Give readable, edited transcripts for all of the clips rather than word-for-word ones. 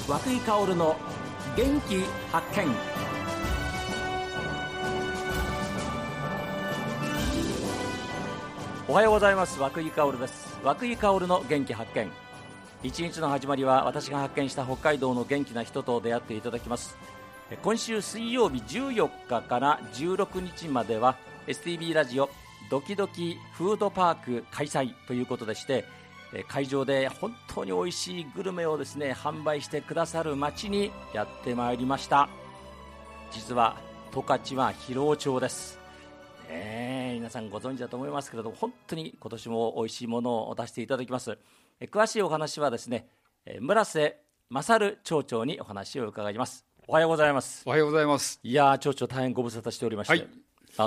井香の元気発見。おはようございます。涌井香です。涌井香の元気発見。一日の始まりは私が発見した北海道の元気な人と出会っていただきます。今週水曜日14日から16日までは STB ラジオドキドキフードパーク開催ということでして、会場で本当に美味しいグルメをですね販売してくださる町にやってまいりました。実は十勝は広尾町です。皆さんご存知だと思いますけれども、本当に今年も美味しいものを出していただきます。詳しいお話はですね、村瀬勝町長にお話を伺います。おはようございます。 おはようございます。 いや町長大変ご無沙汰しておりまして、 はい、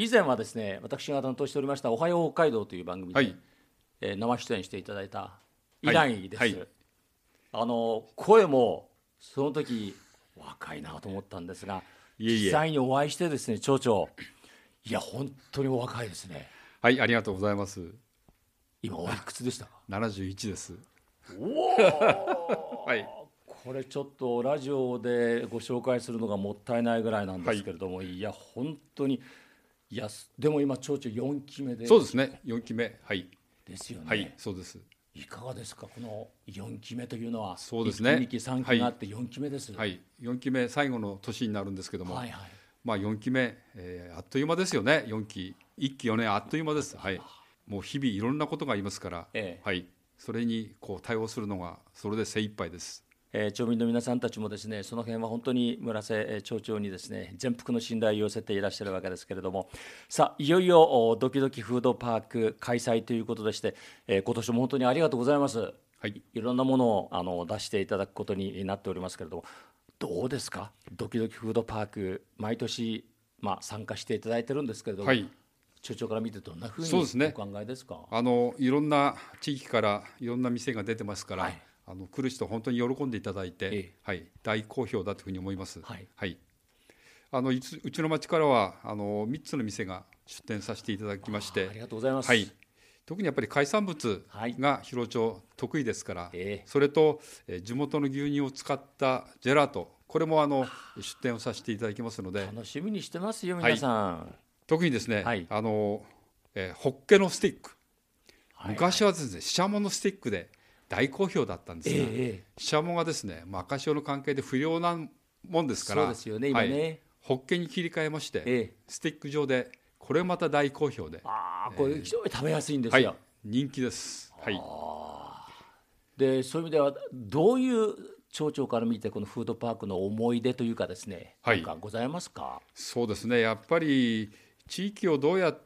以前はですね私が担当しておりましたおはよう北海道という番組で、 はい生出演していただいた以来です。 はいはい、 声もその時若いなと思ったんですが、実際にお会いしてですね、町長、いや本当にお若いですね。 はい、ありがとうございます。 今おいくつでしたか ？71です。 おお、 はい、 これちょっとラジオでご紹介するのがもったいないぐらいなんですけれども、いや本当に、いやでも今町長4期目で。 そうですね、4期目、はいですよね。 はい、そうです。 いかがですか、この4期目というのは。 そうですね、 1期2期3期があって4期目です。 はい、4期目最後の年になるんですけども、 はいはい、 まあ、4期目、あっという間ですよね。4期1期4年あっという間です。はい、もう日々いろんなことがありますから、はい、それにこう対応するのがそれで精一杯です。 町民の皆さんたちもですね、その辺は本当に村瀬町長にですね全幅の信頼を寄せていらっしゃるわけですけれども、さあいよいよドキドキフードパーク開催ということでして、今年も本当にありがとうございます。 はい、 いろんなものを出していただくことになっておりますけれども、どうですか、ドキドキフードパーク毎年、参加していただいてるんですけれども、 はい、 町長から見てどんなふうにお考えですか？ いろんな地域からいろんな店が出てますから、 はい、 来る人本当に喜んでいただいて、はい、大好評だというふうに思います。 はいはい、うちの町からは3つの店が出店させていただきまして、 ありがとうございます。 はい、特にやっぱり海産物が広尾町得意ですから、それと地元の牛乳を使ったジェラート、これも出店をさせていただきますので、 楽しみにしてますよ皆さん。 はい、特にですね、 はい、 ホッケのスティック、昔はですねシシャモのスティックで大好評だったんですが、シシャモがですね、赤潮の関係で不良なもんですから、 そうですよね今ね、はい、 ホッケに切り替えまして、スティック状でこれまた大好評で、 これ非常に食べやすいんですよ。 はい、人気です。はい、 でそういう意味ではどういう町長から見てこのフードパークの思い出というかですね、何かございますか？ そうですね、やっぱり地域をどうやって、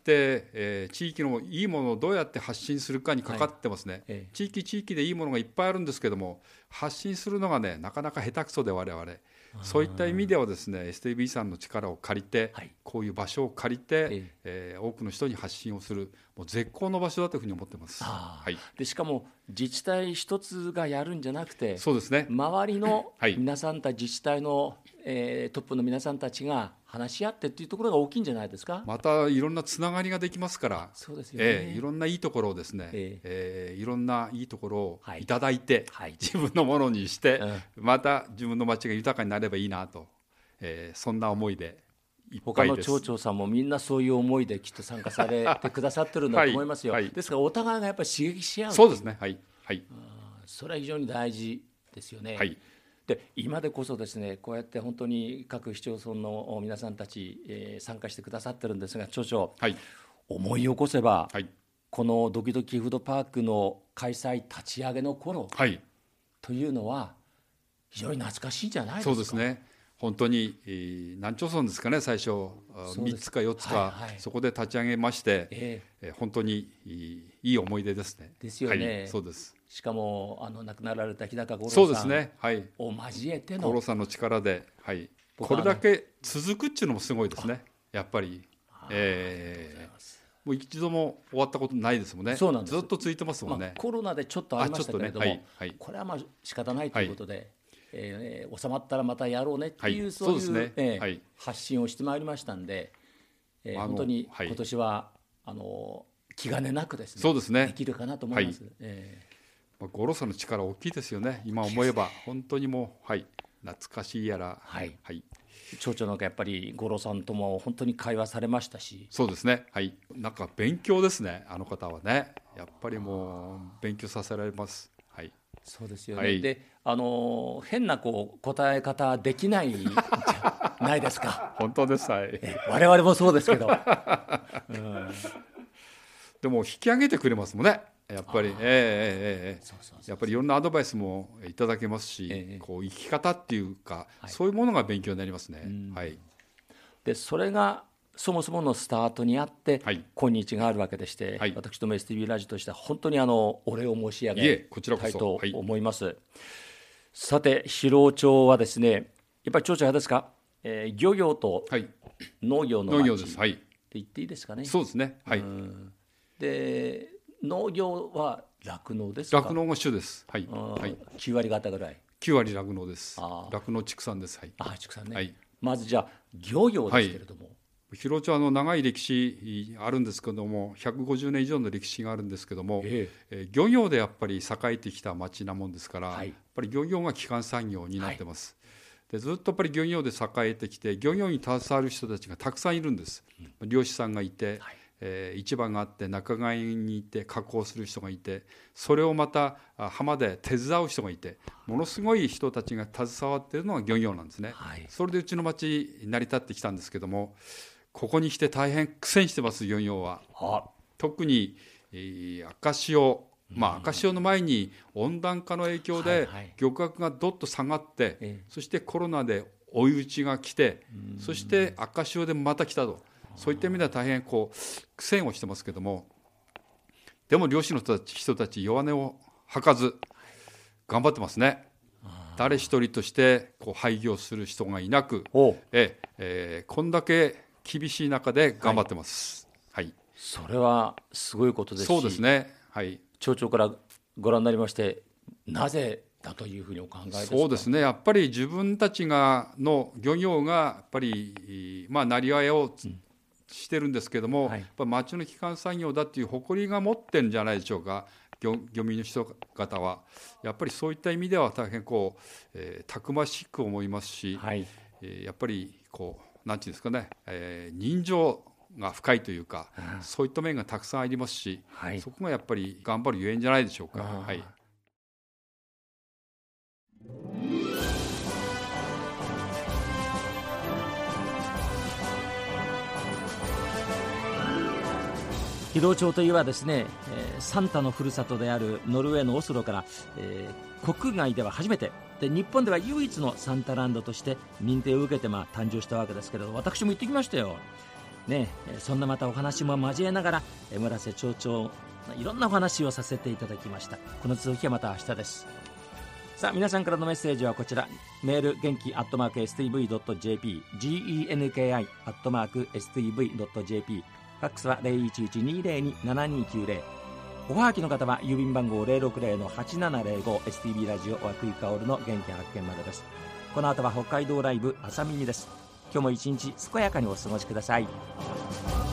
地域のいいものをどうやって発信するかにかかってますね。地域でいいものがいっぱいあるんですけども、発信するのがねなかなか下手くそで我々、そういった意味ではですね STB さんの力を借りて、こういう場所を借りて、多くの人に発信をする、もう絶好の場所だというふうに思ってます。 でしかも自治体一つがやるんじゃなくて、 そうですね、 周りの皆さんたち、自治体の、トップの皆さんたちが話し合ってっていうところが大きいんじゃないですか？ またいろんなつながりができますから、 そうですよね、 いろんないいところをですね、いろんないいところをいただいて、自分のものにして、また自分の町が豊かになればいいなと、そんな思いでいっぱいです。 他の町長さんもみんなそういう思いできっと参加されてくださってるんだと思いますよ。ですからお互いがやっぱり刺激し合う。 そうですね、はいはい、 それは非常に大事ですよね。 はい、 で今でこそですね、こうやって本当に各市町村の皆さんたち、参加してくださってるんですが、町長、思い起こせば、このドキドキフードパークの開催立ち上げの頃、というのは非常に懐かしいんじゃないですか？ そうですね、本当に、何町村ですかね、最初3つか4つか、そこで立ち上げまして、本当にいい思い出ですね。 ですよね。 そうです。 しかも亡くなられた日高五郎そうですね、 を交えての五郎さんの力で、これだけ続くっていうのもすごいですね、やっぱり。もう一度も終わったことないですもんね。そうなんです、ずっと続いてますもんね。 コロナでちょっとありましたけれども、これは仕方ないということで、収まったらまたやろうねっていう、そういう発信をしてまいりましたんで、本当に今年は気兼ねなくですね、できるかなと思います。 五郎さんの力大きいですよね、今思えば。本当にもう、懐かしいやら、 町長なんかやっぱり五郎さんとも本当に会話されましたし。 そうですね、なんか勉強ですね、あの方はね。やっぱりもう勉強させられます。 そうですよね。で、変な答え方できないじゃないですか。 本当です。 我々もそうですけど、 でも引き上げてくれますもんね、やっぱり。やっぱりいろんなアドバイスもいただけますし、こう生き方っていうか、そういうものが勉強になりますね。 でそれがそもそものスタートにあって、今日があるわけでして、私ども STB ラジオとしては本当にお礼を申し上げたいと思います。さて、広尾町はですね、やっぱり町長はですか、漁業と農業の町って言っていいですかね。 そうですね。 で農業は酪農ですか。 酪農が主です。 9割方ぐらい。 9割酪農です。酪農畜産です。 畜産ね。まずじゃあ漁業ですけれども、 広尾町は長い歴史あるんですけども、150年以上の歴史があるんですけども、漁業でやっぱり栄えてきた町なもんですから、やっぱり漁業が基幹産業になってます。でずっとやっぱり漁業で栄えてきて、漁業に携わる人たちがたくさんいるんです。漁師さんがいて、市場があって、仲買にいて加工する人がいて、それをまた浜で手伝う人がいて、ものすごい人たちが携わっているのが漁業なんですね。それでうちの町成り立ってきたんですけども、ここに来て大変苦戦してます、漁業は。特に赤潮、赤潮の前に温暖化の影響で漁獲がどっと下がって、そしてコロナで追い打ちが来て、そして赤潮でまた来たと、そういった意味では大変苦戦をしてますけども、でも漁師の人たち弱音を吐かず頑張ってますね。誰一人として廃業する人がいなく、こんだけ厳しい中で頑張ってます。 それはすごいことですし。そうですね。 町長からご覧になりまして、なぜだというふうにお考えですか。 そうですね、やっぱり自分たちの漁業がやっぱりなりわいをしてるんですけども、やっぱ町の基幹産業だっていう誇りが持ってるんじゃないでしょうか、漁民の人方は。やっぱりそういった意味では大変たくましく思いますし、やっぱりなんていうんですかね、人情が深いというか、そういった面がたくさんありますし、そこがやっぱり頑張るゆえんじゃないでしょうか。 広尾町といえばですね、サンタのふるさとであるノルウェーのオスロから、国外では初めてで、日本では唯一のサンタランドとして認定を受けて誕生したわけですけれど、私も行ってきましたよ、そんなまたお話も交えながら、村瀬町長いろんなお話をさせていただきました。この続きはまた明日です。さあ、皆さんからのメッセージはこちら、メール元気@stv.jp、 genki@stv.jp、 ファックスは 0112027290、 おはがきの方は郵便番号 060-8705、 STB ラジオ和久井薫の元気発見までです。この後は北海道ライブ朝耳です。今日も一日健やかにお過ごしください。